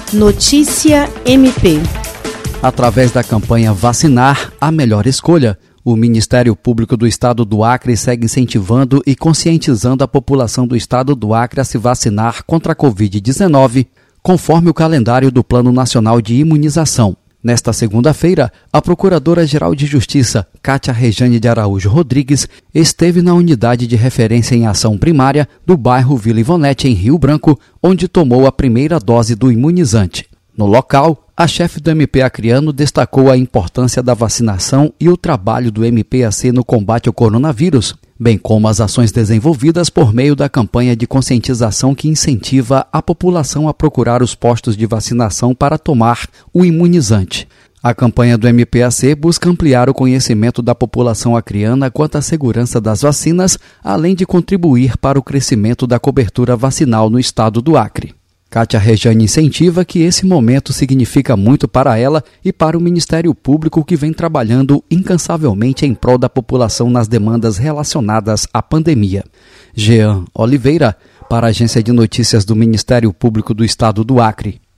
Notícia MP. Através da campanha Vacinar, a melhor escolha, o Ministério Público do Estado do Acre segue incentivando e conscientizando a população do Estado do Acre a se vacinar contra a Covid-19, conforme o calendário do Plano Nacional de Imunização. Nesta segunda-feira, a Procuradora-Geral de Justiça, Kátia Rejane de Araújo Rodrigues, esteve na unidade de referência em ação primária do bairro Vila Ivonete, em Rio Branco, onde tomou a primeira dose do imunizante. No local, a chefe do MP acreano destacou a importância da vacinação e o trabalho do MPAC no combate ao coronavírus, bem como as ações desenvolvidas por meio da campanha de conscientização que incentiva a população a procurar os postos de vacinação para tomar o imunizante. A campanha do MPAC busca ampliar o conhecimento da população acreana quanto à segurança das vacinas, além de contribuir para o crescimento da cobertura vacinal no estado do Acre. Kátia Rejane incentiva que esse momento significa muito para ela e para o Ministério Público, que vem trabalhando incansavelmente em prol da população nas demandas relacionadas à pandemia. Jean Oliveira, para a Agência de Notícias do Ministério Público do Estado do Acre.